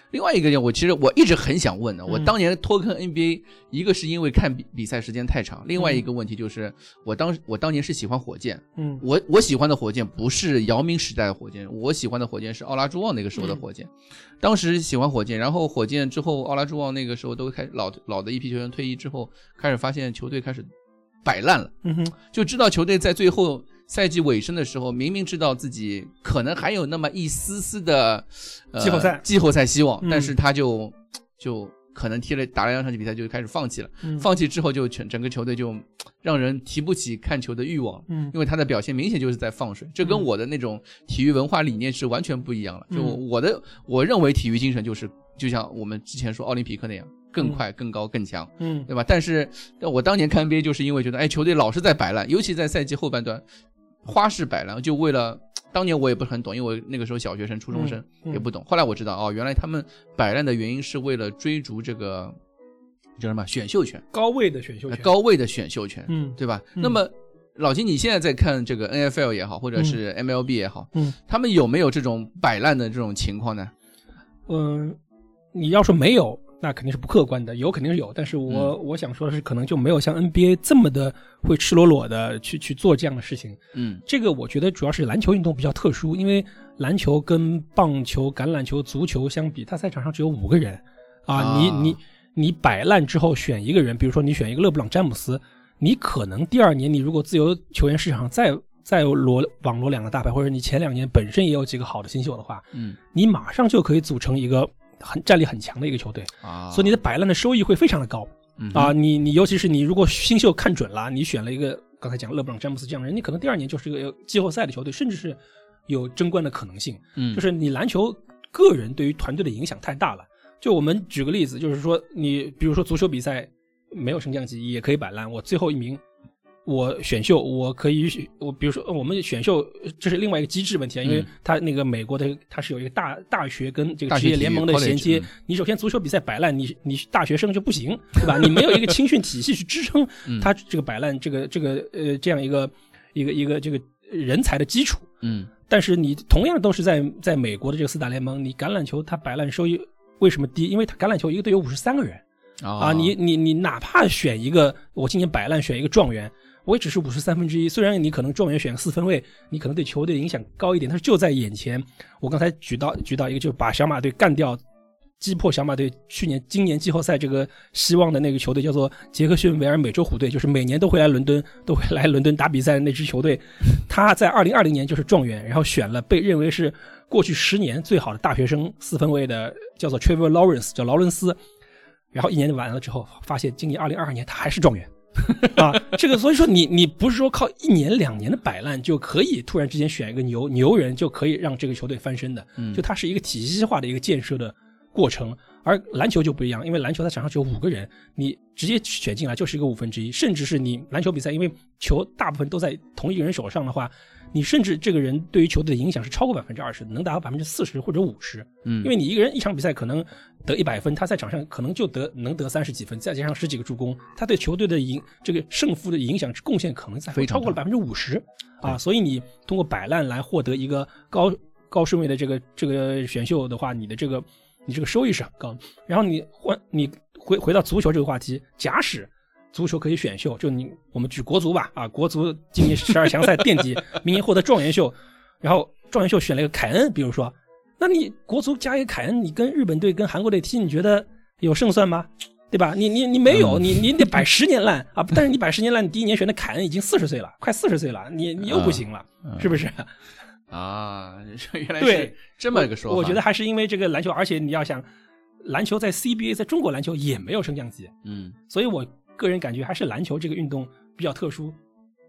另外一个我其实我一直很想问的，我当年脱坑 NBA，一个是因为看比赛时间太长，另外一个问题就是我当年是喜欢火箭，我喜欢的火箭不是姚明时代的火箭，我喜欢的火箭是奥拉朱旺那个时候的火箭，当时喜欢火箭，然后火箭之后奥拉朱旺那个时候都开始老的一批球员退役之后，开始发现球队开始摆烂了，就知道球队在最后赛季尾声的时候，明明知道自己可能还有那么一丝丝的季后赛希望，但是他就可能打了2场比赛就开始放弃了，放弃之后就整个球队就让人提不起看球的欲望，因为他的表现明显就是在放水，这跟我的那种体育文化理念是完全不一样了。就我认为体育精神就像我们之前说奥林匹克那样，更快、更高、更强，对吧？但是我当年看 NBA 就是因为觉得，球队老是在摆烂，尤其在赛季后半段，花式摆烂，就为了当年我也不是很懂，因为我那个时候小学生、初中生也不懂。后来我知道，原来他们摆烂的原因是为了追逐这个叫什么选秀权， 高位的选秀权， 对吧？那么老金，你现在在看这个 NFL 也好，或者是 MLB 也好，他们有没有这种摆烂的这种情况呢？ 你要说没有，那肯定是不客观的，有肯定是有，但是我想说的是，可能就没有像 NBA 这么的会赤裸裸的去做这样的事情。这个我觉得主要是篮球运动比较特殊，因为篮球跟棒球、橄榄球、足球相比，它赛场上只有5个人啊，你摆烂之后选一个人，比如说你选一个勒布朗詹姆斯，你可能第2年你如果自由球员市场再网罗2个大牌，或者你前2年本身也有几个好的新秀的话，你马上就可以组成一个战力很强的一个球队，所以你的摆烂的收益会非常的高，你尤其是你如果新秀看准了，你选了一个刚才讲勒布朗詹姆斯这样的人，你可能第2年就是一个季后赛的球队，甚至是有争冠的可能性。就是你篮球个人对于团队的影响太大了。就我们举个例子，就是说你比如说足球比赛没有升降级也可以摆烂，我最后一名我选秀，我比如说我们选秀，这是另外一个机制问题啊，因为它那个美国的它是有一个大学跟这个职业联盟的衔接，你首先足球比赛摆烂，你大学生就不行，对吧？你没有一个青训体系去支撑它这个摆烂这样一个这个人才的基础，但是你同样都是在美国的这个4大联盟，你橄榄球它摆烂收益为什么低？因为它橄榄球一个队有53个人你哪怕选一个，我今年摆烂选一个状元，我也只是1/53，虽然你可能状元选个4分位，你可能对球队的影响高一点，但是就在眼前。我刚才举到一个，就把小马队干掉，击破小马队今年季后赛这个希望的那个球队，叫做杰克逊维尔美洲虎队，就是每年都会来伦敦打比赛的那支球队。他在2020年就是状元，然后选了被认为是过去10年最好的大学生4分位的，叫做 Trevor Lawrence， 叫劳伦斯。然后1年完了之后，发现今年2022年他还是状元这个所以说你不是说靠1年2年的摆烂就可以突然之间选一个牛人就可以让这个球队翻身的，就它是一个体系化的一个建设的过程。而篮球就不一样，因为篮球在场上只有5个人，你直接选进来就是一个1/5，甚至是你篮球比赛，因为球大部分都在同一个人手上的话，你甚至这个人对于球队的影响是超过20%的，能达到40%或者50%。因为你一个人一场比赛可能得100分，他在场上可能就能得30几分，再加上10几个助攻，他对球队的这个胜负的影响贡献可能超过了50%所以你通过摆烂来获得一个高顺位的这个选秀的话，你这个收益是很高的。然后你回到足球这个话题，假使足球可以选秀，就我们举国足吧国足今年12强赛垫底，明年获得状元秀，然后状元秀选了一个凯恩，比如说，那你国足加一个凯恩，你跟日本队跟韩国队踢，你觉得有胜算吗？对吧？你没有，你得摆10年烂但是你摆10年烂，你第1年选的凯恩已经40岁了，快40岁了，你又不行了，是不是？ 原来是这么一个说法。 我觉得还是因为这个篮球，而且你要想，篮球在 CBA 在中国篮球也没有升降级，所以我个人感觉还是篮球这个运动比较特殊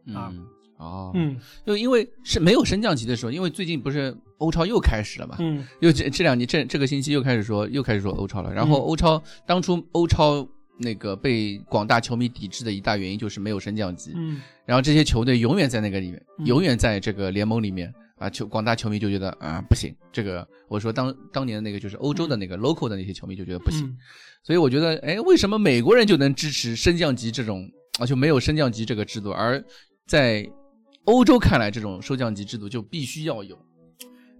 就因为是没有升降级的时候，因为最近不是欧超又开始了嘛，又这2年这个星期又开始说欧超了，然后当初欧超那个被广大球迷抵制的一大原因就是没有升降级，然后这些球队永远在那个里面，永远在这个联盟里面广大球迷就觉得不行，这个我说当年的那个就是欧洲的那个 local 的那些球迷就觉得不行，所以我觉得为什么美国人就能支持升降级这种就没有升降级这个制度，而在欧洲看来这种升降级制度就必须要有。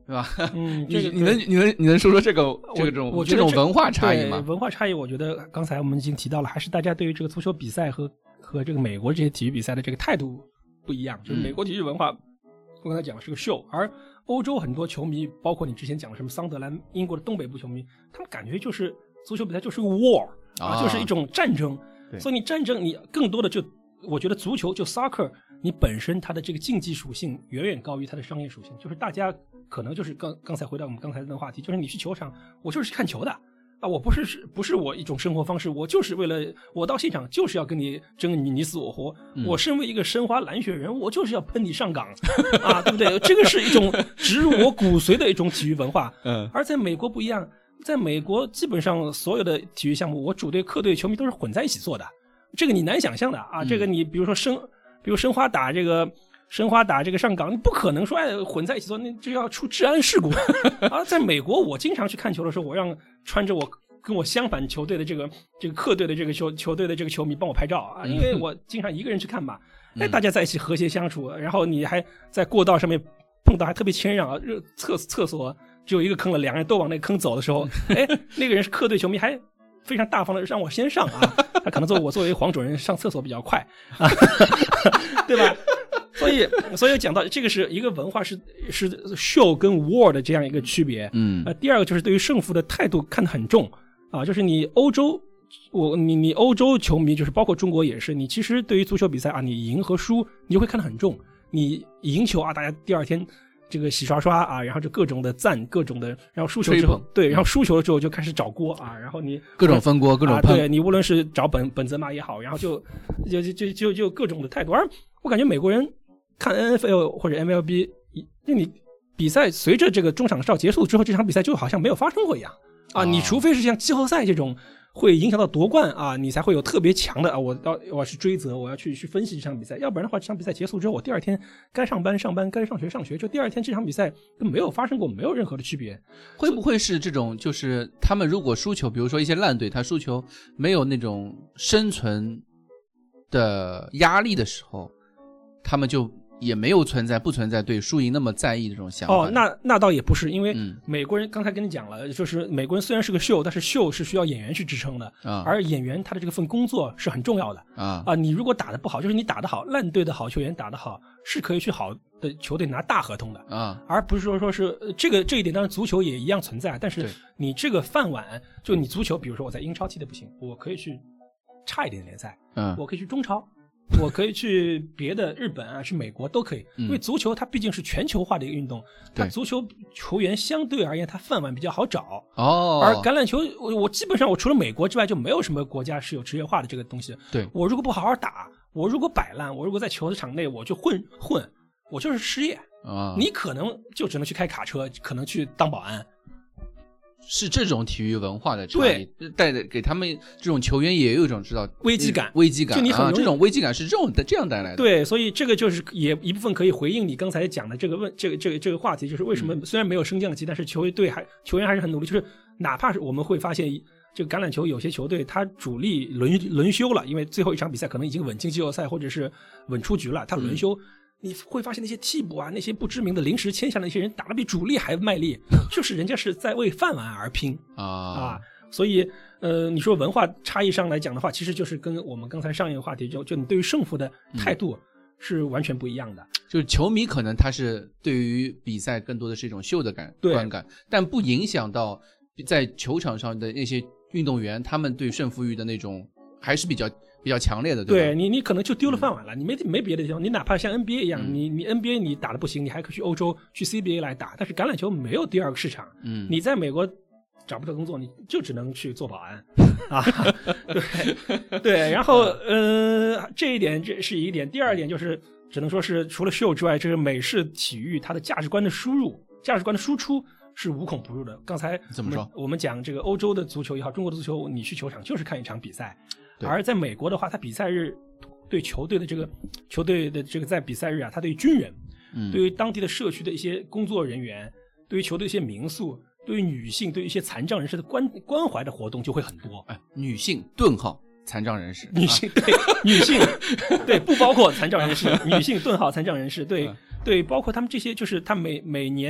对吧？ 你能说说这种文化差异吗？ 文化差异，我觉得刚才我们已经提到了，还是大家对于这个足球比赛和这个美国这些体育比赛的这个态度不一样。就是美国体育文化，我刚才讲的是个秀，而欧洲很多球迷，包括你之前讲的什么桑德兰、英国的东北部球迷，他们感觉就是足球比赛就是个 war 就是一种战争。所以你战争，你更多的我觉得足球就 soccer， 你本身它的这个竞技属性远远高于它的商业属性。就是大家可能就是刚才回到我们刚才的话题，就是你去球场，我就是去看球的我不是我一种生活方式，我就是为了我到现场就是要跟你争你死我活。我身为一个申花蓝血人，我就是要喷你上岗对不对？这个是一种植入我骨髓的一种体育文化。而在美国不一样。在美国，基本上所有的体育项目，我主队、客队球迷都是混在一起做的，这个你难想象的这个你比如申花打这个上港，你不可能说混在一起做，那就要出治安事故在美国，我经常去看球的时候，我让穿着跟我相反球队的这个客队的这个球队的这个球迷帮我拍照因为我经常一个人去看嘛，大家在一起和谐相处，然后你还在过道上面碰到还特别谦让厕所只有一个坑了，两个人都往那个坑走的时候那个人是客队球迷，还非常大方的让我先上他可能我作为黄种人上厕所比较快对吧？所以讲到这个是一个文化是秀跟 war 的这样一个区别。第二个就是对于胜负的态度看得很重就是你欧洲你欧洲球迷，就是包括中国也是，你其实对于足球比赛你赢和输你就会看得很重。你赢球大家第二天这个洗刷刷然后就各种的赞，各种的，然后输球之后，对，然后输球了之后就开始找锅然后你各种分锅，各种喷， 对，你无论是找本泽马也好，然后就各种的态度。而我感觉美国人看 NFL 或者 MLB， 你比赛随着这个中场哨结束之后，这场比赛就好像没有发生过一样你除非是像季后赛这种会影响到夺冠你才会有特别强的我要去追责，我要去分析这场比赛。要不然的话，这场比赛结束之后，我第二天该上班上班，该上学，就第二天这场比赛都没有发生过，没有任何的区别。 会不会是这种，就是他们如果输球，比如说一些烂队，他输球没有那种生存的压力的时候，他们就也没有不存在对输赢那么在意的这种想法。 那倒也不是，因为美国人刚才跟你讲了，就是美国人虽然是个秀，但是秀是需要演员去支撑的而演员他的这个份工作是很重要的你如果打得不好，就是你打得好，烂队的好球员打得好，是可以去好的球队拿大合同的而不是说是这一点，当然足球也一样存在，但是你这个饭碗，就你足球，比如说我在英超踢的不行，我可以去差一点的联赛我可以去中超，我可以去别的日本去美国都可以，因为足球它毕竟是全球化的一个运动，它足球球员相对而言它饭碗比较好找而橄榄球我基本上我除了美国之外就没有什么国家是有职业化的这个东西。 对， 我如果不好好打，我如果摆烂，我如果在球场内我就混，我就是失业你可能就只能去开卡车，可能去当保安。 是这种体育文化的差异，带给他们这种球员也有一种知道危机感， 就你很这种危机感是这样带来的。 对，所以这个就是也一部分可以回应你刚才讲的这个话题，就是为什么虽然没有升降级，但是球员还是很努力，就是哪怕是我们会发现这个橄榄球有些球队他主力轮休了，因为最后一场比赛可能已经稳进季后赛或者是稳出局了，他轮休你会发现那些替补那些不知名的临时签下的那些人打得比主力还卖力，就是人家是在为饭碗而拼所以你说文化差异上来讲的话，其实就是跟我们刚才上一个话题就你对于胜负的态度是完全不一样的。 就是球迷可能他是对于比赛更多的是一种秀的观感，但不影响到在球场上的那些运动员他们对胜负欲的那种还是比较强烈的，对吧？ 对，你可能就丢了饭碗了，你没别的地方，你哪怕像 NBA 一样，你 NBA 你打得不行，你还可以去欧洲去 CBA 来打，但是橄榄球没有第二个市场，你在美国找不到工作，你就只能去做保安对，然后这一点这是一点，第二点就是只能说是除了秀之外，这是美式体育它的价值观的输入、价值观的输出是无孔不入的。刚才怎么说？ 我们讲这个欧洲的足球也好，中国的足球，你去球场就是看一场比赛。而在美国的话，他比赛日对球队的这个在比赛日他对于军人，对于当地的社区的一些工作人员，对于球队一些民宿，对于女性，对于一些残障人士的关怀的活动就会很多。 女性残障人士， 女性对女性对不包括残障人士，女性残障人士对，包括他们这些，就是他每年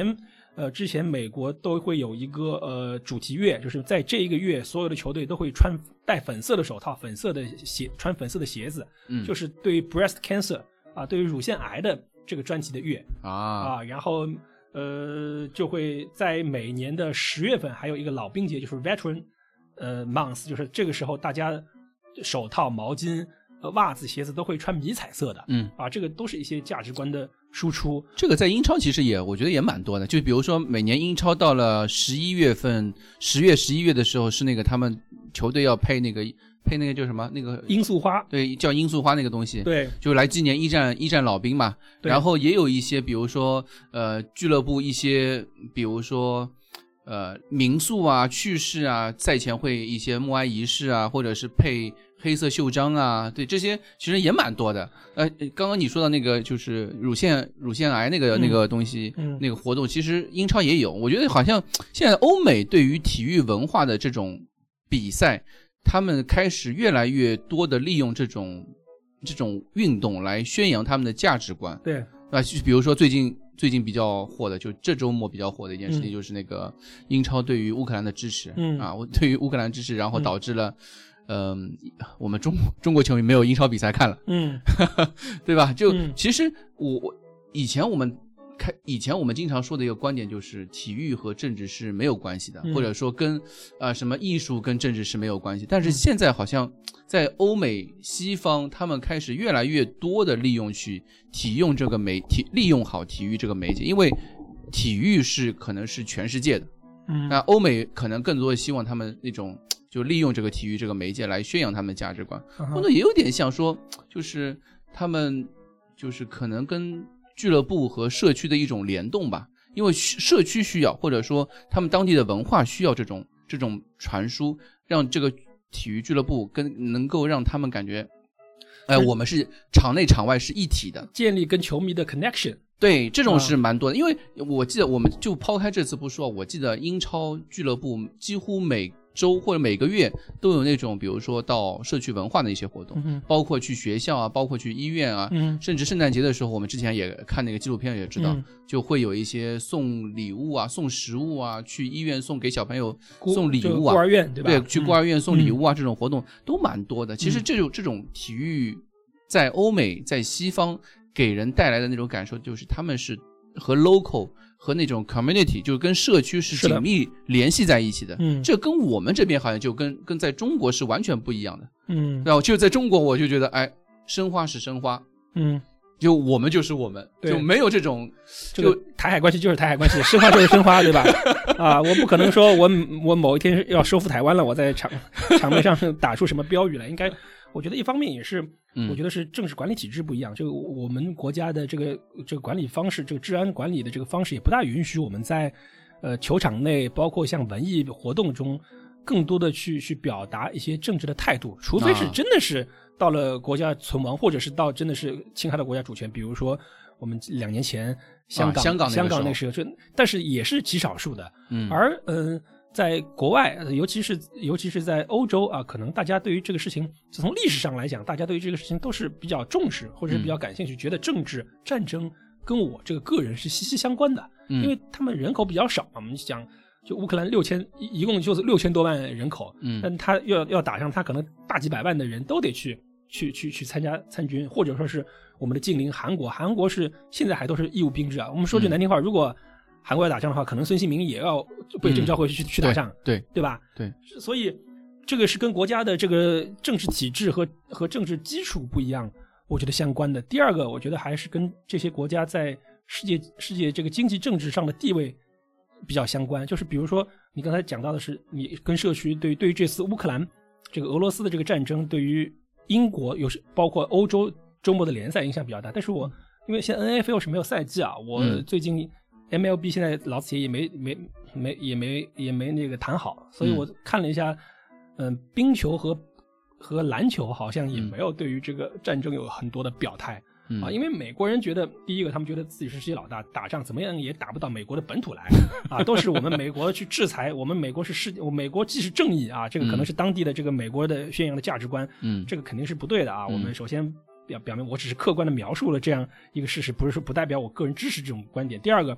之前美国都会有一个主题月，就是在这一个月所有的球队都会戴粉色的手套、粉色的穿粉色的鞋子，就是对于 breast cancer 啊，对于乳腺癌的这个专题的月然后就会在每年的10月份还有一个老兵节，就是 veteran month， 就是这个时候大家手套、毛巾、袜子、鞋子都会穿迷彩色的，这个都是一些价值观的输出。 这个在英超其实我觉得也蛮多的，就比如说每年英超到了11月份，10月、11月的时候是那个他们球队要配那个叫什么那个罂粟花， 对，叫罂粟花那个东西， 对， 就来纪念一战老兵嘛。然后也有一些比如说俱乐部一些比如说民宿啊、趣事啊，赛前会一些默哀仪式啊，或者是配黑色袖章啊，对，这些其实也蛮多的。刚刚你说到那个就是乳腺癌那个东西，那个活动，其实英超也有。我觉得好像现在欧美对于体育文化的这种比赛，他们开始越来越多的利用这种运动来宣扬他们的价值观。 对， 比如说最近比较火的，就这周末比较火的一件事情，就是那个英超对于乌克兰的支持，对于乌克兰支持，然后导致了，我们中国球迷没有英超比赛看了，对吧？就其实以前我们经常说的一个观点就是体育和政治是没有关系的，或者说跟什么艺术跟政治是没有关系。但是现在好像在欧美西方，他们开始越来越多的利用利用好体育这个媒介，因为体育可能是全世界的。那欧美可能更多的希望他们那种就利用这个体育这个媒介来宣扬他们的价值观，或者也有点像说，就是他们就是可能跟俱乐部和社区的一种联动吧，因为社区需要，或者说他们当地的文化需要这种传输，让这个体育俱乐部能够让他们感觉，我们是场内场外是一体的， 建立跟球迷的 connection。 对，这种是蛮多的，因为我记得我们就抛开这次不说，我记得英超俱乐部几乎每周或者每个月都有那种比如说到社区文化的一些活动，包括去学校啊，包括去医院啊，甚至圣诞节的时候，我们之前也看那个纪录片也知道，就会有一些送礼物啊、送食物啊，去医院送给小朋友送礼物啊， 孤儿院对吧？ 对，去孤儿院送礼物啊，这种活动都蛮多的。其实这种体育在欧美在西方给人带来的那种感受，就是他们是和 local 和那种 community 就是跟社区是紧密联系在一起的。这跟我们这边好像就跟在中国是完全不一样的。然后就在中国我就觉得申花是申花，就我们就是我们，就没有这种就台海关系就是台海关系，申花就是申花，对吧？我不可能说我某一天要收复台湾了，我在场面上打出什么标语来。应该我觉得一方面也是我觉得是政治管理体制不一样，就我们国家的这个管理方式，这个治安管理的这个方式也不大允许我们在球场内包括像文艺活动中更多的去表达一些政治的态度，除非是真的是到了国家存亡，或者是到真的是侵害了国家主权，比如说我们2年前香港那时候，但是也是极少数的。而在国外，尤其是在欧洲啊，可能大家对于这个事情，从历史上来讲，大家对于这个事情都是比较重视，或者是比较感兴趣，觉得政治战争跟我这个个人是息息相关的。因为他们人口比较少嘛，我们讲就乌克兰一共就是6000多万人口，但他要打仗，他可能大几百万的人都得去参军，或者说是我们的近邻韩国是现在还都是义务兵制啊。我们说句难听话，如果韩国要打仗的话，可能孙兴民也要被征召回去打仗，对吧？对，所以这个是跟国家的这个政治体制和政治基础不一样，我觉得相关的。第二个，我觉得还是跟这些国家在世界这个经济政治上的地位比较相关。就是比如说你刚才讲到的是，你跟社区对于这次乌克兰这个俄罗斯的这个战争，对于英国包括欧洲周末的联赛影响比较大。但是因为现在 NFL 是没有赛季啊，我最近MLB 现在劳资协议也没那个谈好，所以我看了一下，冰球和篮球好像也没有对于这个战争有很多的表态。因为美国人觉得，第一个他们觉得自己是世界老大，打仗怎么样也打不到美国的本土来都是我们美国去制裁，我们美国美国既是正义啊，这个可能是当地的这个美国的宣扬的价值观，这个肯定是不对的啊。我们首先表明我只是客观的描述了这样一个事实，不代表我个人支持这种观点。第二个，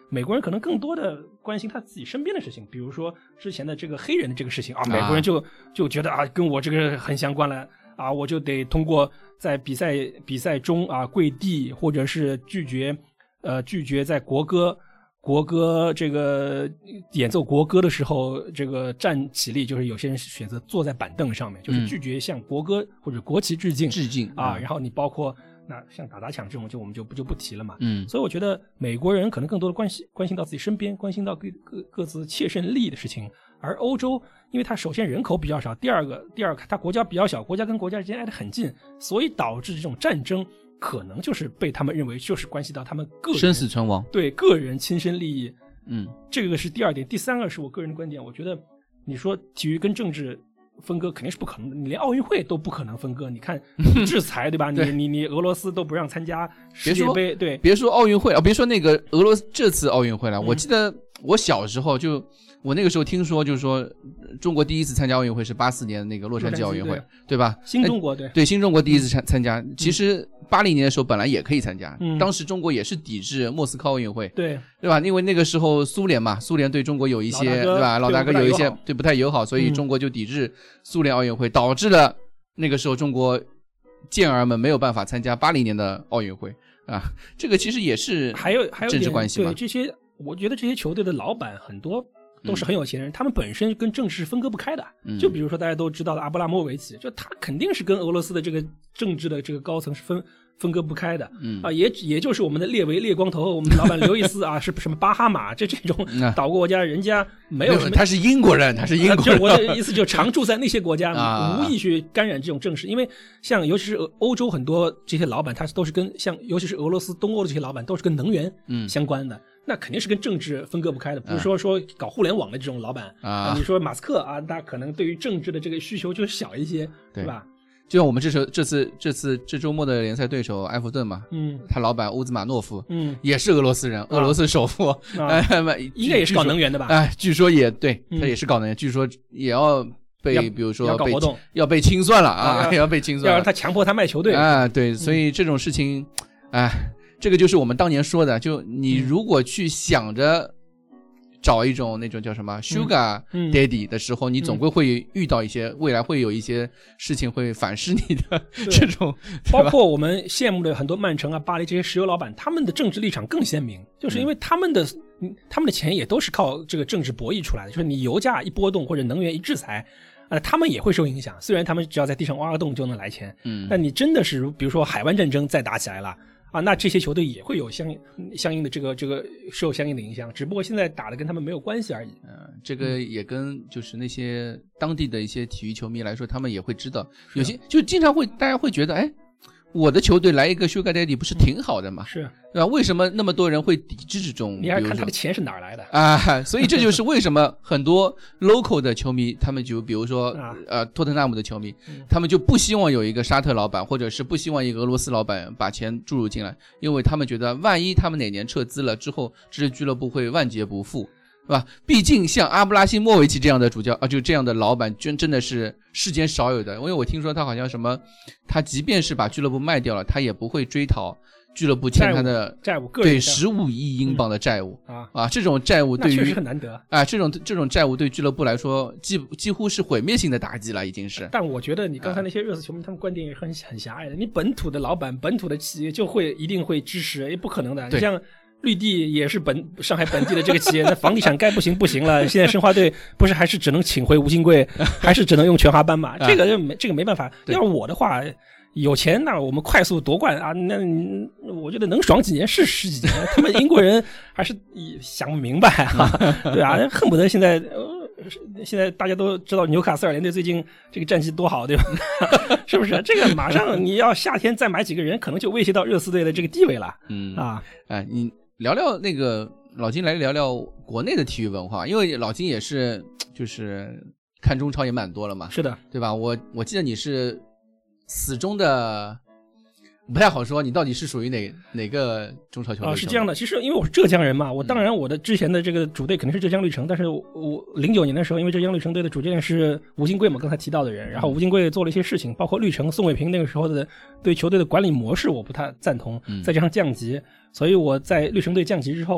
美国人可能更多的关心他自己身边的事情，比如说之前的这个黑人的这个事情啊，美国人就觉得啊，跟我这个很相关了啊，我就得通过在比赛中啊跪地，或者是拒绝在国歌这个演奏国歌的时候这个站起立，就是有些人选择坐在板凳上面，就是拒绝向国歌或者国旗致敬啊。然后你包括那像打抢这种我们就不提了嘛。所以我觉得美国人可能更多的关心到自己身边，关心到各自切身利益的事情，而欧洲因为它首先人口比较少，第二个它国家比较小，国家跟国家之间挨得很近，所以导致这种战争可能就是被他们认为就是关系到他们个人生死存亡， 对个人亲身利益。这个是第二点。第三个是我个人的观点，我觉得你说体育跟政治分割肯定是不可能的，你连奥运会都不可能分割。你看制裁对吧？你俄罗斯都不让参加世界杯，对， 别说奥运会了，别说那个俄罗斯这次奥运会了。我记得我小时候我那个时候听说，就是说中国第一次参加奥运会是84年的那个洛杉矶奥运会，对吧？ 新中国对新中国第一次参加。其实80年的时候本来也可以参加，当时中国也是抵制莫斯科奥运会，对吧？因为那个时候苏联对中国有一些对吧？老大哥有一些对不太友好，所以中国就抵制苏联奥运会，导致了那个时候中国健儿们没有办法参加80年的奥运会啊。这个其实也是还有政治关系嘛。 对这些，我觉得这些球队的老板很多都是很有钱人，他们本身跟政治是分割不开的。就比如说大家都知道的阿布拉莫维奇，就他肯定是跟俄罗斯的这个政治的这个高层是分割不开的。也就是我们的列维烈光头，我们的老板刘易斯啊，是什么巴哈马这种岛国国家，人家没有什么， 他是英国人， 我的意思就常住在那些国家，无意去干染这种政事。因为像尤其是欧洲很多这些老板，他都是跟尤其是俄罗斯东欧的这些老板都是跟能源相关的。那肯定是跟政治分割不开的，不是说搞互联网的这种老板你说马斯克啊，他可能对于政治的这个需求就小一些，对吧？ 就像我们这周末的联赛对手埃弗顿嘛，他老板乌兹马诺夫，也是俄罗斯人，俄罗斯首富， 应该也是搞能源的吧？ 据说也对，他也是搞能源，据说也要被，比如说要被清算了啊，要被清算了， 要让他强迫他卖球队啊，对，所以这种事情，这个就是我们当年说的，就你如果去想着找一种那种叫什么 Sugar Daddy 的时候，你总归会遇到一些未来会有一些事情会反噬你的这种， 包括我们羡慕的很多曼城啊、巴黎这些石油老板，他们的政治立场更鲜明，就是因为他们的钱也都是靠这个政治博弈出来的，就是你油价一波动或者能源一制裁。他们也会受影响，虽然他们只要在地上挖个洞就能来钱，但你真的是比如说海湾战争再打起来了那这些球队也会有相应的这个受相应的影响，只不过现在打的跟他们没有关系而已。 这个也跟就是那些当地的一些体育球迷来说，他们也会知道，有些就经常大家会觉得，我的球队来一个 Sugar Daddy 不是挺好的吗？ 是， 对吧？为什么那么多人会抵制这种？ 你还看他的钱是哪儿来的所以这就是为什么很多 local 的球迷，他们就比如说托特纳姆的球迷，他们就不希望有一个沙特老板，或者是不希望一个俄罗斯老板把钱注入进来，因为他们觉得万一他们哪年撤资了之后，这支俱乐部会万劫不复。是吧？毕竟像阿布拉辛莫维奇这样的主教就这样的老板真的是世间少有的。因为我听说他好像他即便是把俱乐部卖掉了，他也不会追讨俱乐部欠他的债务， 对15亿英镑的债务这种债务对于确实很难得这种债务对俱乐部来说几乎是毁灭性的打击了，已经是。 但我觉得你刚才那些热刺球迷他们观点也很狭隘的，你本土的老板、本土的企业就一定会支持，也不可能的。你像绿地也是上海本地的这个企业，那房地产该不行了。现在申花队不是还是只能请回吴金贵，还是只能用全华班嘛？这个没办法。要是我的话，有钱那我们快速夺冠那我觉得能爽几年是十几年。他们英国人还是想不明白对恨不得现在大家都知道纽卡斯尔联队最近这个战绩多好，对吧？是不是？这个马上你要夏天再买几个人，可能就威胁到热刺队的这个地位了。 你聊聊那个老金，来聊聊国内的体育文化，因为老金也是就是看中超也蛮多了嘛， 是的， 对吧？我记得你是死忠的，不太好说你到底是属于哪个中超球队是这样的，其实因为我是浙江人嘛，当然我的之前的这个主队肯定是浙江绿城，但是我09年的时候，因为浙江绿城队的主教练是吴金贵嘛，刚才提到的人，然后吴金贵做了一些事情，包括绿城宋卫平那个时候的对球队的管理模式我不太赞同，再加上降级，所以我在绿城队降级之后，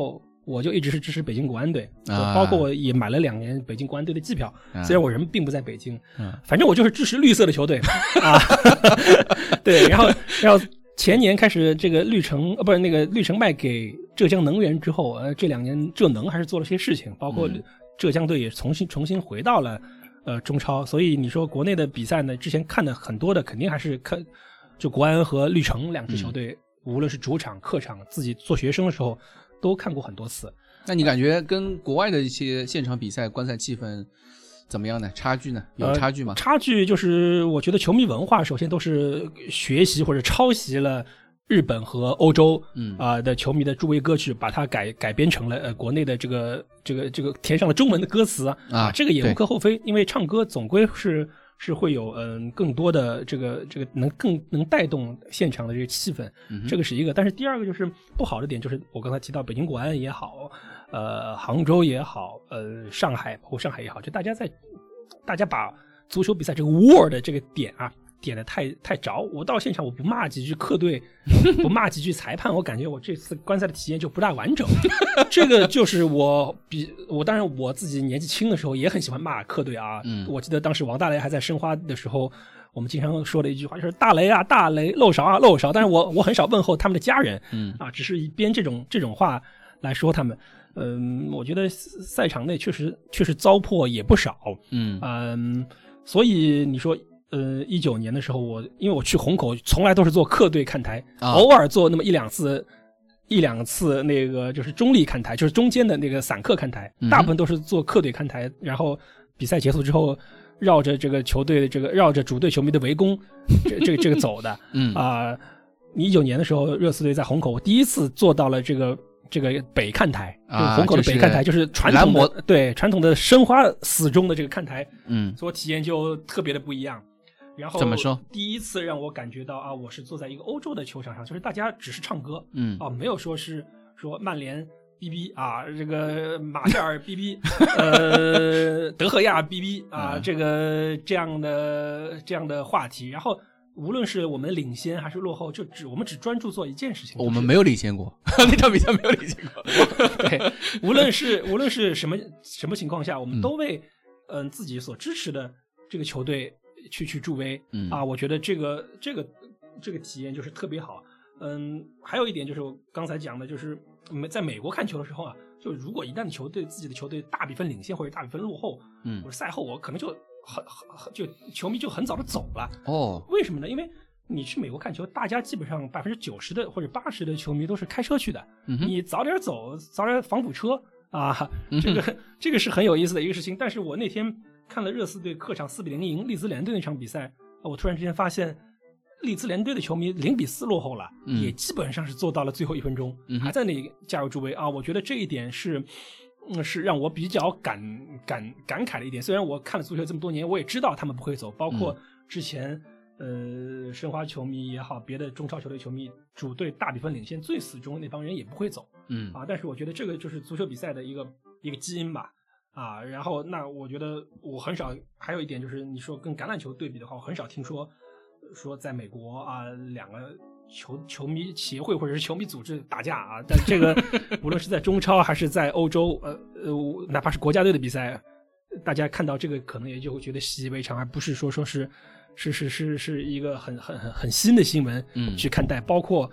我就一直是支持北京国安队，包括我也买了2年北京国安队的季票，虽然我人并不在北京，反正我就是支持绿色的球队啊。对，然后前年开始这个绿城不是那个绿城卖给浙江能源之后，这2年浙能还是做了些事情，包括浙江队也重新回到了中超，所以你说国内的比赛呢，之前看的很多的肯定还是看就国安和绿城2支球队，无论是主场客场，自己做学生的时候都看过很多次。 那你感觉跟国外的一些现场比赛观赛气氛怎么样呢？差距呢？有差距吗？ 差距就是我觉得球迷文化首先都是学习或者抄袭了日本和欧洲的球迷的助威歌曲，把它改编成了国内的这个填上了中文的歌词啊，这个也无可厚非，因为唱歌总归是会有更多的这个更能带动现场的这个气氛，这个是一个。但是第二个就是不好的点，就是我刚才提到北京国安也好，杭州也好，上海包括上海也好，就大家把足球比赛这个 war 的这个点啊点的太着，我到现场我不骂几句客队，不骂几句裁判，我感觉我这次观赛的体验就不大完整。这个就是我当然我自己年纪轻的时候也很喜欢骂客队啊。我记得当时王大雷还在申花的时候，我们经常说的一句话就是大雷啊大雷，漏勺啊漏勺。但是我很少问候他们的家人，只是一边这种话来说他们。我觉得赛场内确实糟粕也不少。所以你说。19年的时候，因为我去虹口从来都是做客队看台，偶尔做那么一两次那个就是中立看台，就是中间的那个散客看台，大部分都是做客队看台。然后比赛结束之后，绕着这个球队的绕着主队球迷的围攻，这个走的。你19年的时候，热刺队在虹口，我第一次做到了这个北看台，虹口的北看台，就是传统的申花死忠的这个看台，所以体验就特别的不一样。然后怎么说？ 第一次让我感觉到我是坐在一个欧洲的球场上，就是大家只是唱歌，没有说曼联哔哔啊，这个马夏尔哔哔，德赫亚哔哔啊，这样的话题。然后无论是我们领先还是落后，我们只专注做一件事情。 我们没有领先过，那场比赛没有领先过。 对，无论是什么情况下，我们都为自己所支持的这个球队去助威。我觉得这个体验就是特别好。还有一点就是我刚才讲的，就是在美国看球的时候啊，就如果一旦自己的球队大比分领先或者大比分落后，或者赛后我可能就球迷就很早的走了。为什么呢？因为你去美国看球，大家基本上90%的或者80%的球迷都是开车去的，你早点走，早点防堵车啊，这个是很有意思的一个事情。但是我那天看了热刺队客场4-0赢利兹联队那场比赛，我突然之间发现利兹联队的球迷0-4落后了，也基本上是做到了最后1分钟，还在那里加入助威啊！我觉得这一点是让我比较感慨的一点。虽然我看了足球这么多年，我也知道他们不会走，包括之前申花球迷也好，别的中超球队球迷，主队大比分领先最死忠那帮人也不会走，但是我觉得这个就是足球比赛的一个基因吧。然后那我觉得我很少，还有一点就是你说跟橄榄球对比的话，我很少听说在美国两个球迷协会或者是球迷组织打架但这个无论是在中超还是在欧洲，哪怕是国家队的比赛，大家看到这个可能也就会觉得习以为常，而不是说是一个很新的新闻去看待。包括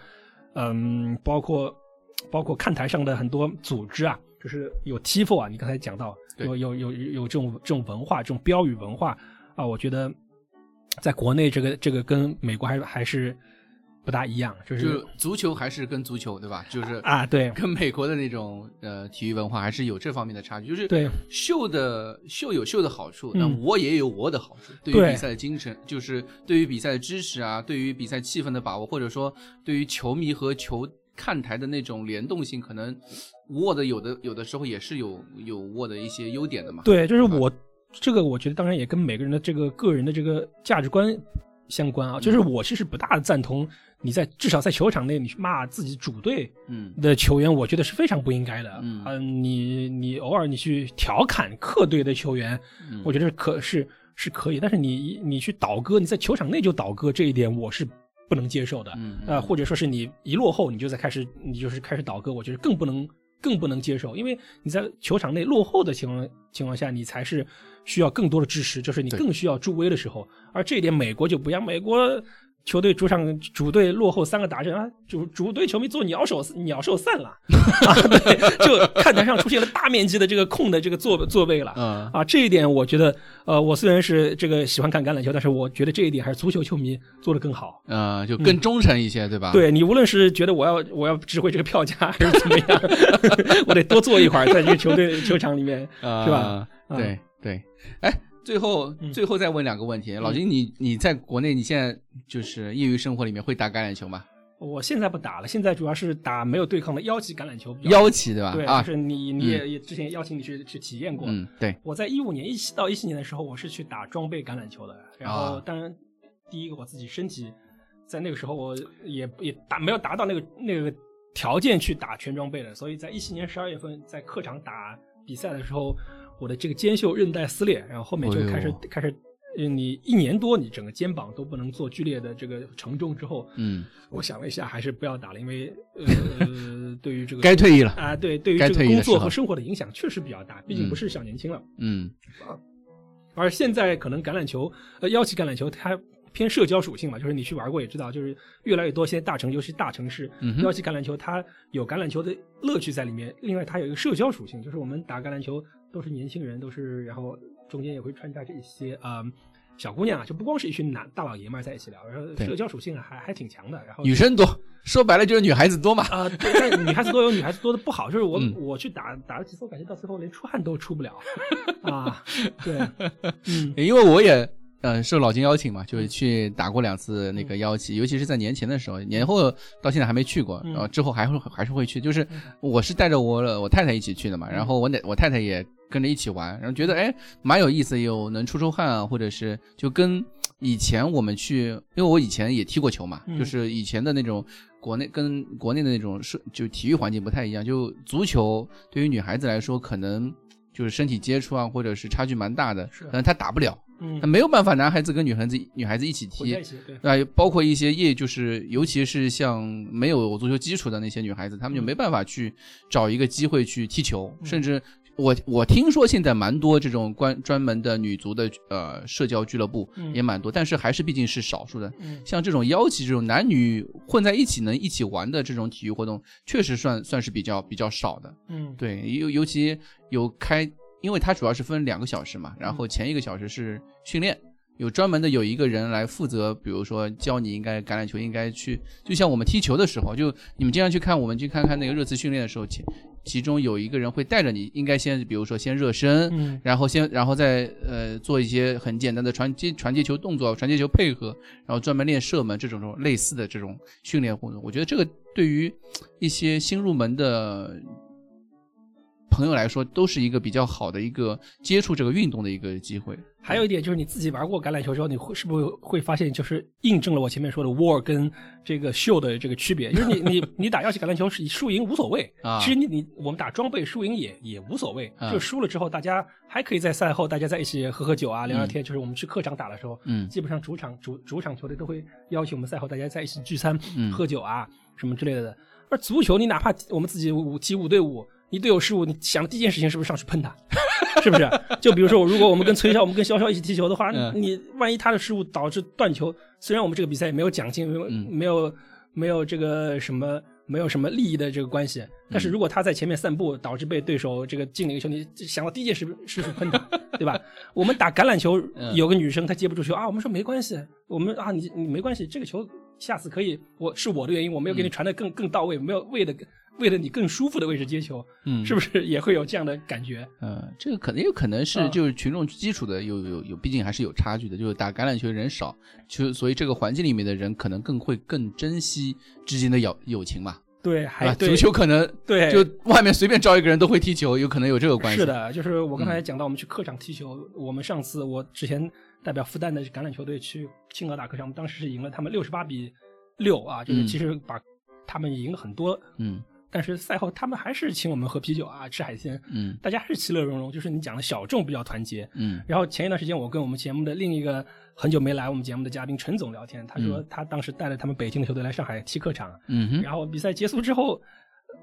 看台上的很多组织就是有 TIFO 你刚才讲到有这种文化，这种标语文化我觉得在国内这个跟美国还是不大一样，就是足球还是跟足球对吧？就是对， 跟美国的那种体育文化还是有这方面的差距。就是对秀有秀的好处，那我也有我的好处。对于比赛的精神，就是对于比赛的支持对于比赛气氛的把握，或者说对于球迷和球看台的那种联动性，可能Word 有的时候也是有Word 的一些优点的嘛。 对，就是这个我觉得当然也跟每个人的这个个人的这个价值观相关就是我其实不大赞同你至少在球场内你去骂自己主队的球员，我觉得是非常不应该的。你偶尔你去调侃客队的球员，我觉得是可以，但是你去倒戈，你在球场内就倒戈，这一点我是不能接受的。或者说是你一落后你就是开始倒戈，我觉得更不能更不能接受，因为你在球场内落后的情况下，你才是需要更多的支持，就是你更需要助威的时候。而这一点美国就不一样，美国球队主队落后3个达阵啊，主队球迷做鸟兽散了啊，对，就看台上出现了大面积的这个空的这个座位了啊，这一点我觉得我虽然是这个喜欢看橄榄球，但是我觉得这一点还是足球球迷做得更好就更忠诚一些，对吧？ 对，你无论是觉得我要指挥这个票价还是怎么样我得多坐一会儿在这个球场里面是吧？ 对对，哎。最后再问2个问题，老金，你在国内，你现在就是业余生活里面会打橄榄球吗？ 我现在不打了，现在主要是打没有对抗的腰旗橄榄球。 腰旗对吧？ 对，就是你也之前邀请你去体验过。 对。我在15年到17年的时候，我是去打装备橄榄球的。然后当然，第一个我自己身体在那个时候我也没有达到那个条件去打全装备的，所以在17年12月份在客场打比赛的时候。我的这个肩袖韧带撕裂，然后后面就开始，你1年多你整个肩膀都不能做剧烈的这个承重之后，我想了一下，还是不要打了，因为对于这个该退役了啊，对于这个工作和生活的影响确实比较大，毕竟不是小年轻了，而现在可能橄榄球，腰旗橄榄球它偏社交属性嘛，就是你去玩过也知道，就是越来越多现在尤其大城市，腰旗橄榄球它有橄榄球的乐趣在里面，另外它有一个社交属性，就是我们打橄榄球都是年轻人，然后中间也会穿插着一些小姑娘啊，就不光是一群大老爷们在一起聊，然后社交属性还挺强的。然后女生多，说白了就是女孩子多嘛。 对，但女孩子多有女孩子多的不好，就是我去打了几次，我感觉到最后连出汗都出不了啊。对， 因为我也受老金邀请嘛，就是去打过2次那个腰旗，尤其是在年前的时候，年后到现在还没去过，然后之后还是会去。就是我是带着我太太一起去的嘛，然后我太太也跟着一起玩，然后觉得蛮有意思，有能出汗啊，或者是就跟以前我们去，因为我以前也踢过球嘛，就是以前的那种跟国内的那种就体育环境不太一样，就足球对于女孩子来说可能就是身体接触啊，或者是差距蛮大的，可能她打不了。他没有办法男孩子跟女孩子一起踢，包括一些就是尤其是像没有足球基础的那些女孩子，她们就没办法去找一个机会去踢球，甚至我听说现在蛮多这种专门的女足的社交俱乐部也蛮多，但是还是毕竟是少数的。像这种腰旗这种男女混在一起能一起玩的这种体育活动，确实算是比较少的。对，尤其有因为它主要是分2个小时嘛，然后前1个小时是训练，有专门的有一个人来负责，比如说教你橄榄球应该去，就像我们踢球的时候，就你们经常去看，我们去看看那个热刺训练的时候，其中有一个人会带着你，应该比如说先热身，然后再做一些很简单的传接球动作、传接球配合，然后专门练射门这种类似的这种训练活动。我觉得这个对于一些新入门的朋友来说都是一个比较好的一个接触这个运动的一个机会。 还有一点就是你自己玩过橄榄球之后，你是不是会发现就是印证了我前面说的 war 跟这个 show 的这个区别，就是你打腰旗橄榄球是输赢无所谓其实我们打装备输赢也无所谓就输了之后大家还可以在赛后大家在一起喝酒啊聊聊天就是我们去客场打的时候基本上主场球队都会邀请我们赛后大家在一起聚餐喝酒啊什么之类的。而足球你哪怕我们自己踢5对5，你队友失误，你想的第一件事情是不是上去喷他？是不是？就比如说，如果我们跟潇潇一起踢球的话，你万一他的失误导致断球，虽然我们这个比赛也没有奖金，没有这个什么，没有什么利益的这个关系，但是如果他在前面散步，导致被对手这个进了一个球，你想到第一件事是喷他，对吧？我们打橄榄球，有个女生她接不住球啊，我们说没关系，我们啊你没关系，这个球下次可以，是我的原因，我没有给你传的更到位，没有为了你更舒服的位置接球，是不是也会有这样的感觉？ 这个也有可能是就是群众基础的有，毕竟还是有差距的。就是打橄榄球的人少，所以这个环境里面的人可能会更珍惜之间的友情嘛。 对， 足球可能对，就外面随便招一个人都会踢球，有可能有这个关系。是的，就是我刚才讲到我们去客场踢球，我们上次我之前代表复旦的橄榄球队去青岛打客场，我们当时是赢了他们68-6啊，就是其实把他们赢了很多，但是赛后他们还是请我们喝啤酒啊，吃海鲜，大家还是其乐融融，就是你讲的小众比较团结，然后前一段时间我跟我们节目的另一个很久没来我们节目的嘉宾陈总聊天，他说他当时带了他们北京的球队来上海踢客场，然后比赛结束之后，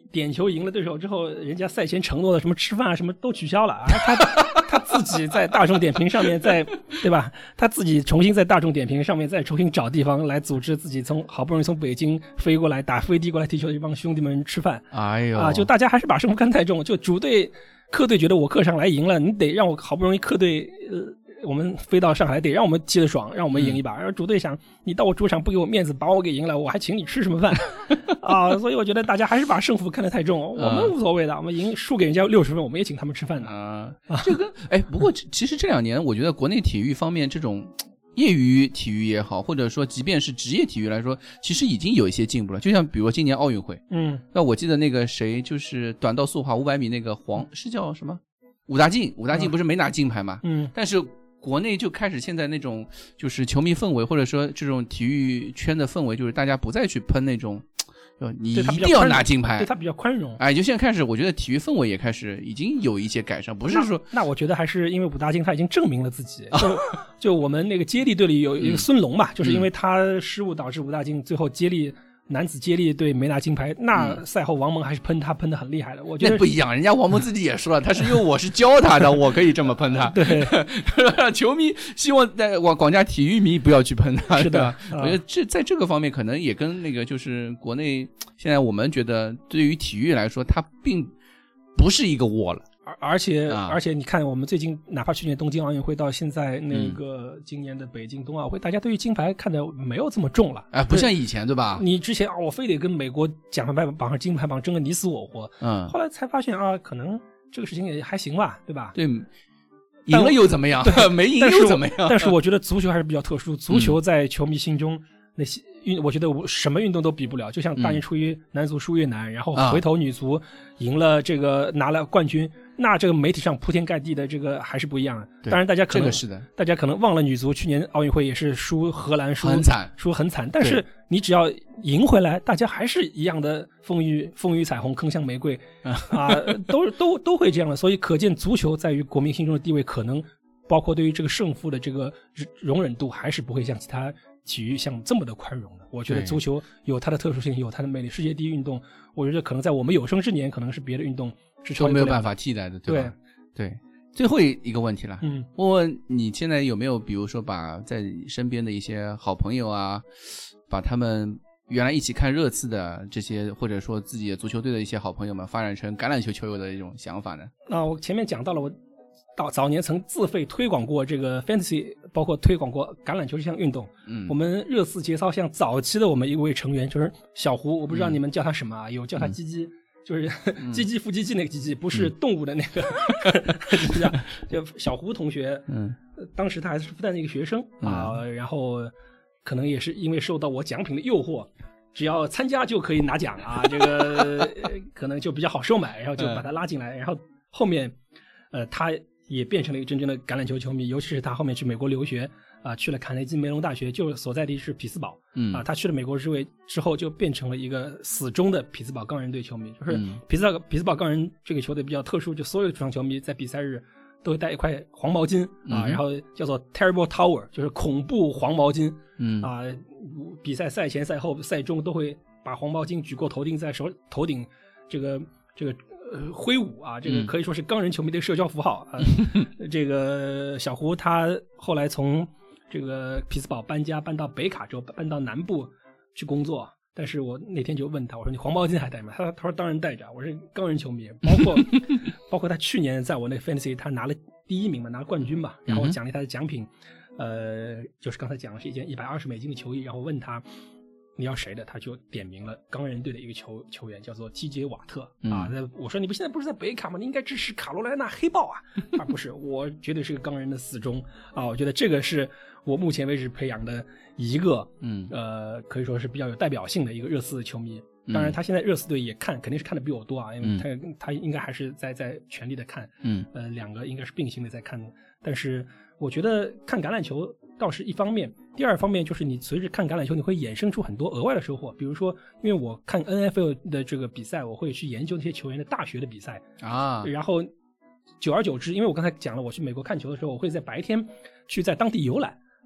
点球赢了对手之后，人家赛前承诺的什么吃饭啊什么都取消了啊，他自己在大众点评上面对吧？他自己重新在大众点评上面再重新找地方来组织自己好不容易从北京飞过来打飞的过来踢球的一帮兄弟们吃饭。 哎呦啊，就大家还是把胜负看太重，就主队客队觉得我客场来赢了，你得让我好不容易客队我们飞到上海得让我们踢得爽，让我们赢一把。然后主队想你到我主场不给我面子把我给赢了，我还请你吃什么饭啊？所以我觉得大家还是把胜负看得太重，我们无所谓的，我们输给人家60分我们也请他们吃饭的啊。这个不过其实这2年我觉得国内体育方面这种业余体育也好，或者说即便是职业体育来说，其实已经有一些进步了。就像比如今年奥运会，那我记得那个谁就是短道速滑500米那个是叫什么武大靖不是没拿金牌嘛？但是国内就开始现在那种就是球迷氛围，或者说这种体育圈的氛围，就是大家不再去喷那种你一定要拿金牌， 对他比较宽容。 就现在开始我觉得体育氛围也开始已经有一些改善，不是说那我觉得还是因为武大靖他已经证明了自己。就我们那个接力队里有一个孙龙嘛，就是因为他失误导致武大靖最后男子接力队没拿金牌，那赛后王蒙还是喷他喷得很厉害的。我觉得那不一样，人家王蒙自己也说了，他是因为我是教他的，我可以这么喷他。 对， 球迷希望广家体育迷不要去喷他。 是的， 我觉得在这个方面可能也跟那个就是国内现在我们觉得对于体育来说，它并不是一个窝了。 而且你看我们最近哪怕去年东京奥运会到现在那个今年的北京冬奥会，大家对于金牌看得没有这么重了， 不像以前对吧？ 你之前我非得跟美国奖牌榜上金牌榜争个你死我活，后来才发现可能这个事情也还行吧，对吧？ 对，赢了又怎么样？没赢又怎么样？ 但是我觉得足球还是比较特殊，足球在球迷心中那些我觉得什么运动都比不了，就像大年初一男足输越南，然后回头女足赢了这个拿了冠军，那这个媒体上铺天盖地的这个还是不一样的。当然大家可能、 这个是的， 大家可能忘了女足去年奥运会也是输荷兰输很惨，但是你只要赢回来，大家还是一样的风雨彩虹铿锵玫瑰都会这样的。所以可见足球在于国民心中的地位，可能包括对于这个胜负的这个容忍度，还是不会像其他体育项目这么的宽容的。我觉得足球有它的特殊性，有它的魅力，世界第一运动，我觉得可能在我们有生之年，可能是别的运动是都没有办法替代的，对吧？对。最后一个问题了，问问你现在有没有比如说把在身边的一些好朋友啊，把他们原来一起看热刺的这些，或者说自己的足球队的一些好朋友们发展成橄榄球球友的一种想法呢？ 我前面讲到了，我早年曾自费推广过这个 fantasy， 包括推广过橄榄球这项运动。我们热刺节操像早期的我们一位成员就是小胡，我不知道你们叫他什么啊？有叫他鸡鸡，就是鸡鸡腹鸡鸡那个鸡鸡，不是动物的那个就小胡同学。当时他还是复旦的一个学生然后可能也是因为受到我奖品的诱惑，只要参加就可以拿奖啊，这个可能就比较好收买，然后就把他拉进来，然后后面他也变成了一个真正的橄榄球球迷，尤其是他后面去美国留学去了卡内基梅隆大学，就所在地是匹兹堡。他去了美国之后就变成了一个死忠的匹兹堡钢人队球迷。就是匹兹堡钢人这个球队比较特殊，就所有的主场球迷在比赛日都会带一块黄毛巾然后叫做 Terrible Tower， 就是恐怖黄毛巾。比赛赛前赛后赛中都会把黄毛巾举过头顶，在头顶这个挥舞这个可以说是钢人球迷的社交符号这个小胡他后来从这个匹兹堡搬到北卡州，搬到南部去工作。但是我那天就问他，我说你黄毛巾还带吗？他说当然带着，我是钢人球迷。包括他去年在我那个 fantasy 他拿了第1名嘛，拿了冠军嘛，然后我奖励他的奖品就是刚才讲的是一件$120的球衣，然后问他你要谁的，他就点名了钢人队的一个球员，叫做 TJ 瓦特我说你现在不是在北卡吗？你应该支持卡罗莱纳黑豹不是，我绝对是个钢人的死忠我觉得这个是我目前为止培养的一个可以说是比较有代表性的一个热刺球迷。当然他现在热刺队也肯定是看的比我多因为他应该还是在全力的看两个应该是并行的在看。但是我觉得看橄榄球倒是一方面，第二方面就是你随着看橄榄球你会衍生出很多额外的收获。比如说因为我看 NFL 的这个比赛，我会去研究那些球员的大学的比赛然后久而久之，因为我刚才讲了我去美国看球的时候，我会在白天去在当地游览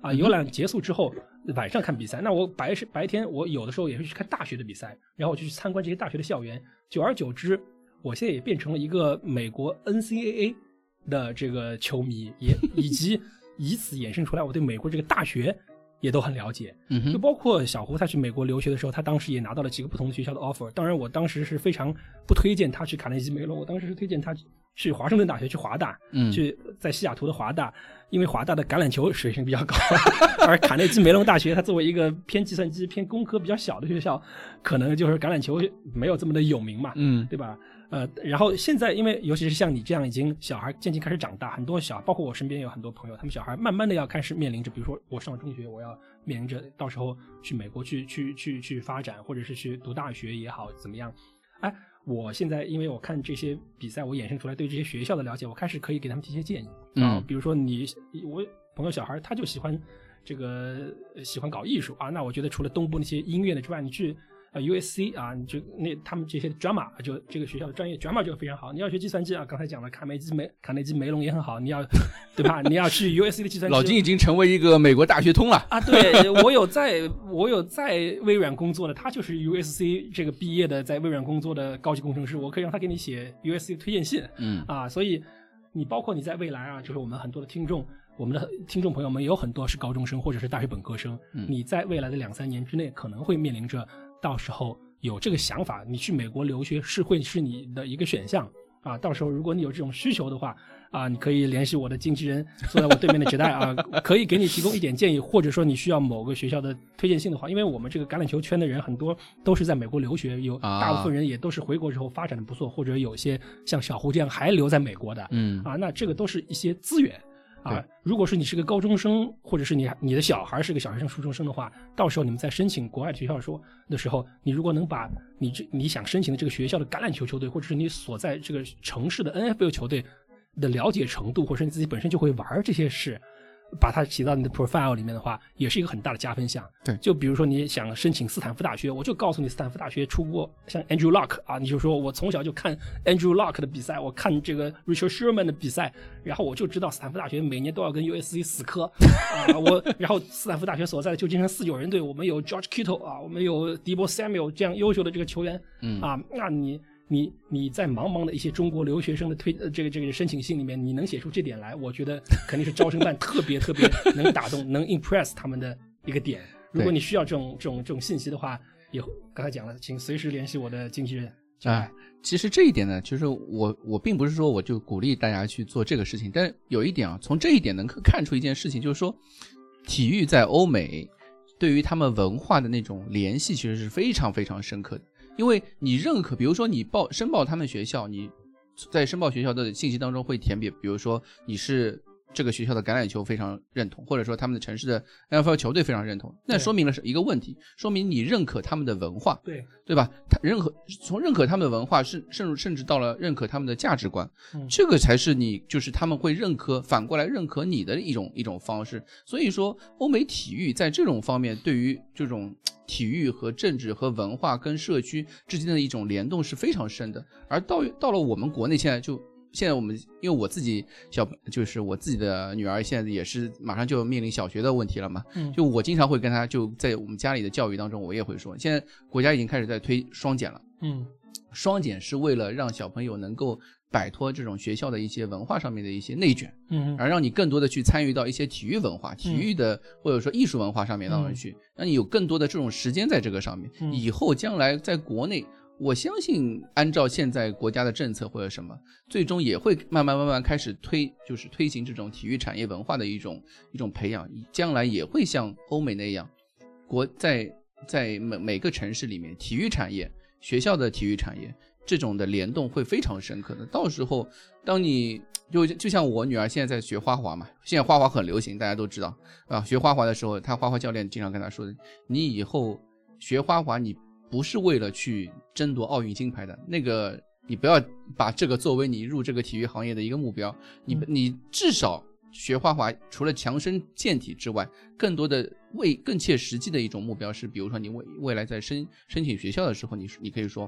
游览结束之后晚上看比赛。那我白天我有的时候也会去看大学的比赛，然后我就去参观这些大学的校园。久而久之，我现在也变成了一个美国 NCAA 的这个球迷，以及以此衍生出来我对美国这个大学也都很了解。就包括小胡他去美国留学的时候，他当时也拿到了几个不同的学校的 offer。当然我当时是非常不推荐他去卡内基梅隆，我当时是推荐他去华盛顿大学，去华大，去在西雅图的华大，因为华大的橄榄球水平比较高，而卡内基梅隆大学它作为一个偏计算机偏工科比较小的学校，可能就是橄榄球没有这么的有名嘛，对吧？然后现在因为尤其是像你这样已经小孩渐渐开始长大，很多包括我身边有很多朋友，他们小孩慢慢的要开始面临着，比如说我上了中学，我要面临着到时候去美国去发展，或者是去读大学也好怎么样。我现在因为我看这些比赛，我衍生出来对这些学校的了解，我开始可以给他们提些建议比如说我朋友小孩他就喜欢搞艺术那我觉得除了东部那些音乐的之外，你去USC 你就他们这些 drama 就这个学校的专业 drama 就非常好。你要学计算机刚才讲了卡内基梅隆也很好，你要对吧？你要去 USC 的计算机。 老金已经成为一个美国大学通了对，我有在微软工作的，他就是 USC 这个毕业的，在微软工作的高级工程师，我可以让他给你写 USC 的推荐信所以你包括你在未来就是我们很多的我们的听众朋友们有很多是高中生或者是大学本科生，你在未来的2-3年之内可能会面临着到时候有这个想法，你去美国留学会是你的一个选项到时候如果你有这种需求的话你可以联系我的经纪人坐在我对面的Jedi可以给你提供一点建议，或者说你需要某个学校的推荐信的话，因为我们这个橄榄球圈的人很多都是在美国留学，有大部分人也都是回国之后发展的不错，或者有些像小胡这样还留在美国的那这个都是一些资源如果是你是个高中生，或者是你的小孩是个小学生、初中生的话，到时候你们在申请国外的学校的时候，你如果能把你想申请的这个学校的橄榄球球队，或者是你所在这个城市的 NFL 球队的了解程度，或者是你自己本身就会玩这些事，把它写到你的 profile 里面的话，也是一个很大的加分项。 对， 就比如说你想申请斯坦福大学，我就告诉你斯坦福大学出过像 Andrew Luck 你就说我从小就看 Andrew Luck 的比赛，我看这个 Richard Sherman 的比赛，然后我就知道斯坦福大学每年都要跟 USC 死磕然后斯坦福大学所在的旧金山49人队，我们有 George Kittle 我们有 Deebo Samuel 这样优秀的这个球员那你在茫茫的一些中国留学生的这个申请信里面，你能写出这点来，我觉得肯定是招生办特别能打动能 impress 他们的一个点。如果你需要这种信息的话，也刚才讲了，请随时联系我的经纪人其实这一点呢，就是我并不是说我就鼓励大家去做这个事情，但有一点从这一点能看出一件事情，就是说体育在欧美对于他们文化的那种联系其实是非常非常深刻的。因为你认可，比如说你申报他们学校，你在申报学校的信息当中会填比如说你是这个学校的橄榄球非常认同，或者说他们的城市的 NFL 球队非常认同，那说明了是一个问题，说明你认可他们的文化，对吧？从认可他们的文化甚至到了认可他们的价值观，这个才是你就是他们会反过来认可你的一种方式。所以说欧美体育在这种方面对于这种体育和政治和文化跟社区之间的一种联动是非常深的。而到了我们国内现在我们因为我自己就是我自己的女儿现在也是马上就面临小学的问题了嘛，就我经常会跟她就在我们家里的教育当中，我也会说，现在国家已经开始在推双减了，双减是为了让小朋友能够摆脱这种学校的一些文化上面的一些内卷，而让你更多的去参与到一些体育文化、体育的或者说艺术文化上面当中去，让你有更多的这种时间在这个上面。以后将来在国内，我相信按照现在国家的政策或者什么，最终也会慢慢开始推行这种体育产业文化的一种培养，将来也会像欧美那样，在每个城市里面，体育产业、学校的体育产业这种的联动会非常深刻的。到时候当你就像我女儿现在在学花滑嘛，现在花滑很流行，大家都知道学花滑的时候，她花滑教练经常跟她说的，你以后学花滑你不是为了去争夺奥运金牌的，那个你不要把这个作为你入这个体育行业的一个目标，你至少学花滑除了强身健体之外，更多的更切实际的一种目标是，比如说你未来在申请学校的时候，你可以说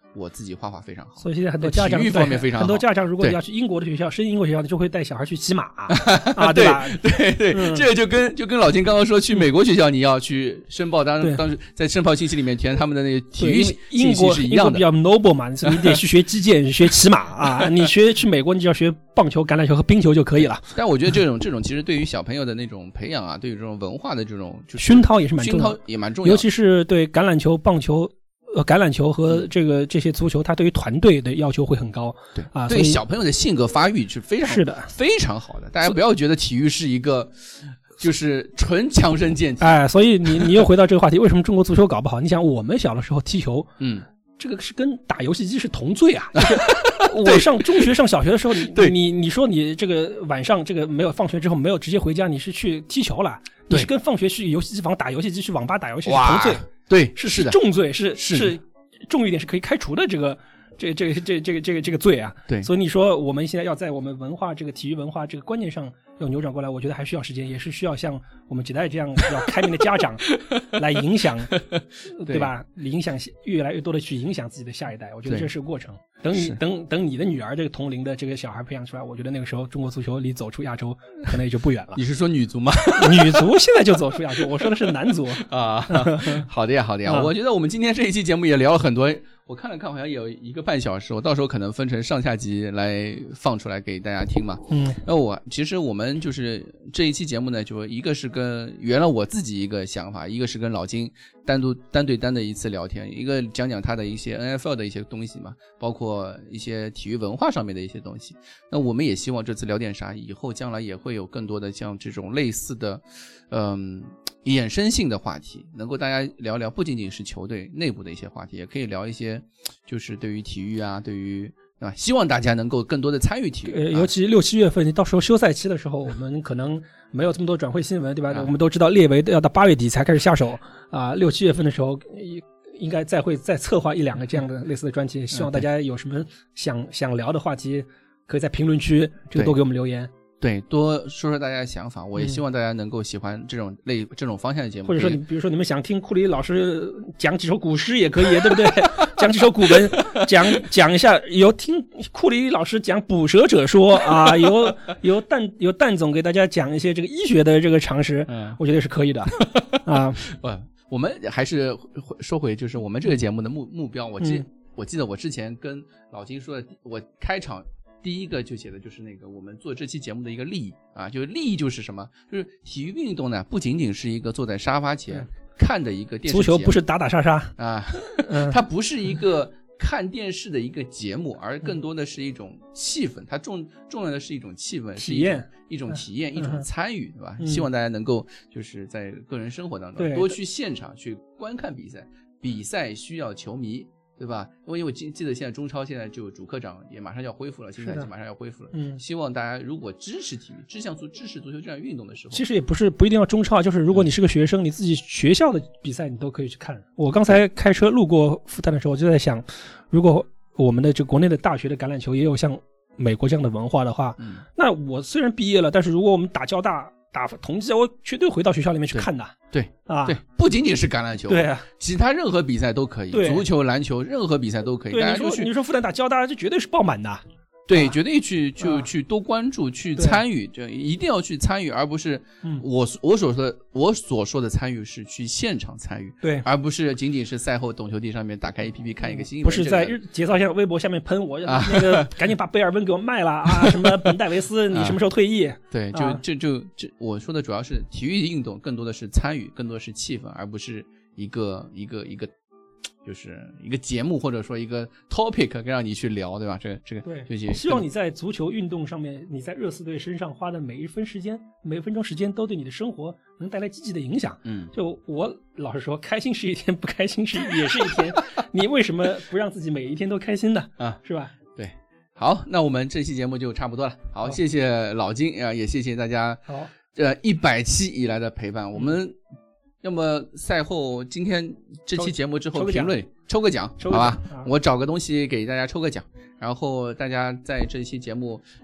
我自己画画非常好， 所以现在很多家长体育方面非常好， 很多家长如果你要去英国的学校，升英国学校的就会带小孩去骑马啊，对吧？ 对，这个就跟老金刚刚说去美国学校你要去申报，当时在申报信息里面填他们的那个体育信息是一样的。英国比较 noble 嘛，你得去学击剑、学骑马啊，你去美国你就要学棒球、橄榄球和冰球就可以了。 但我觉得这种其实对于小朋友的那种培养啊，对于这种文化的这种熏陶也是蛮重要的， 尤其是对橄榄球、棒球。橄榄球和这些足球，它对于团队的要求会很高， 对啊，对小朋友的性格发育是非常好的。大家不要觉得体育是一个就是纯强身健体， 所以你又回到这个话题，为什么中国足球搞不好？你想我们小的时候踢球，这个是跟打游戏机是同罪啊。我上中学、上小学的时候，你说你这个晚上这个没有放学之后没有直接回家，你是去踢球了，你是跟放学去游戏机房打游戏机、去网吧打游戏是同罪。 对， 是的，重罪是重一点是可以开除的这个罪啊。 对， 所以你说我们现在要在我们文化这个体育文化这个观念上要扭转过来，我觉得还需要时间，也是需要像我们几代这样要开明的家长来影响，对吧？影响越来越多的去影响自己的下一代，我觉得这是个过程。等你的女儿这个同龄的这个小孩培养出来，我觉得那个时候中国足球离走出亚洲可能也就不远了。 你是说女足吗？ 女足现在就走出亚洲，我说的是男足啊。好的呀，我觉得我们今天这一期节目也聊了很多，我看了看好像有1个半小时，我到时候可能分成上下集来放出来给大家听嘛。那其实我们就是这一期节目呢，就一个是跟原来我自己一个想法，一个是跟老金单对单的一次聊天，一个讲他的一些 NFL 的一些东西嘛，包括一些体育文化上面的一些东西。那我们也希望这次聊点啥，以后将来也会有更多的像这种类似的衍生性的话题，能够大家聊聊，不仅仅是球队内部的一些话题，也可以聊一些就是对于体育啊，对于希望大家能够更多的参与体育， 尤其6、7月份，到时候休赛期的时候，我们可能没有这么多转会新闻，对吧？我们都知道列维要到8月底才开始下手啊，6、7月份的时候应该再策划1、2个这样的类似的专题，希望大家有什么想聊的话题，可以在评论区这个多给我们留言。 对，多说说大家的想法，我也希望大家能够喜欢这种方向的节目， 或者说比如说你们想听库里老师讲几首古诗也可以，对不对？讲几首古文，讲一下，有听库里老师讲捕蛇者说啊，有蛋总给大家讲一些这个医学的这个常识，我觉得是可以的啊。 我们还是说回就是我们这个节目的目标，我记得我之前跟老金说的，我开场第一个就写的就是那个我们做这期节目的一个利益啊，就是利益就是什么？就是体育运动呢，不仅仅是一个坐在沙发前看的一个电视节目， 足球不是打打杀杀啊，它不是一个看电视的一个节目，而更多的是一种气氛，它重要的是一种气氛， 体验， 一种体验，一种参与，对吧？希望大家能够就是在个人生活当中多去现场去观看比赛，比赛需要球迷。对吧？因为我记得现在中超现在就主科长也马上要恢复了，新赛季马上要恢复了。希望大家如果支持体育、支持足球这样运动的时候， 其实也不一定要中超，就是如果你是个学生，你自己学校的比赛你都可以去看。我刚才开车路过复旦的时候，我就在想，如果我们的这国内的大学的橄榄球也有像美国这样的文化的话，那我虽然毕业了，但是如果我们打交大、打同济，我绝对回到学校里面去看的。 对啊，对，不仅仅是橄榄球， 对啊， 其他任何比赛都可以，足球、篮球，任何比赛都可以。 对， 大家你说复旦打交大，这绝对是爆满的。 对，绝对去多关注，去参与，就一定要去参与，而不是我所说的参与是去现场参与， 对， 而不是仅仅是赛后懂球帝上面打开 APP 看一个新闻， 不是在节操下微博下面喷我，那个赶紧把贝尔温给我卖了啊！什么本戴维斯，你什么时候退役？ 对，就我说的主要是体育运动，更多的是参与，更多的是气氛，而不是一个。就是一个节目或者说一个 topic 让你去聊，对吧？这个对，希望你在足球运动上面，你在热刺队身上花的每分钟时间都对你的生活能带来积极的影响。就我老实说，开心是一天，不开心也是一天。你为什么不让自己每一天都开心呢？啊，是吧？ 对，好，那我们这期节目就差不多了。好，谢谢老金啊，也谢谢大家。 好 ，100期以来的陪伴，我们。要么赛后今天这期节目之后评论抽个奖，好吧？我找个东西给大家抽个奖，然后大家在这期节目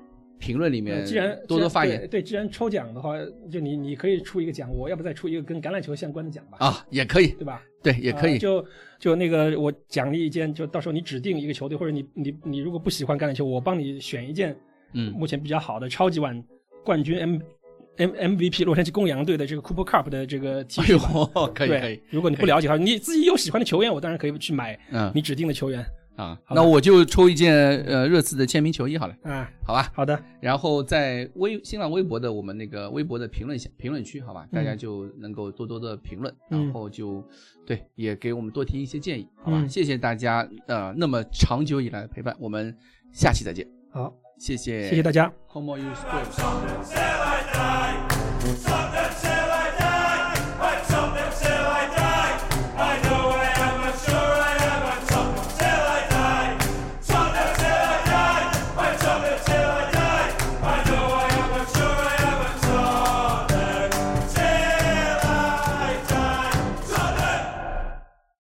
评论里面多多发言。 对，既然抽奖的话，就你可以出一个奖，我要不再出一个跟橄榄球相关的奖吧？ 啊，也可以， 对吧？ 对，也可以。 就那个我奖励一件，就到时候你指定一个球队，或者你如果不喜欢橄榄球，我帮你选一件，目前比较好的超级碗冠军MVP 洛杉矶公羊队的这个 Cooper Cup 的这个 T 恤， 可以。 如果你不了解的话，你自己有喜欢的球员，我当然可以去买你指定的球员。 那我就抽一件热刺的签名球衣好了。好吧。 好的。 然后在新浪微博的我们那个微博的评论区，好吧，大家就能够多多的评论，然后就对也给我们多提一些建议，好吧？谢谢大家那么长久以来的陪伴，我们下期再见。 好， 谢谢大家。 Como you square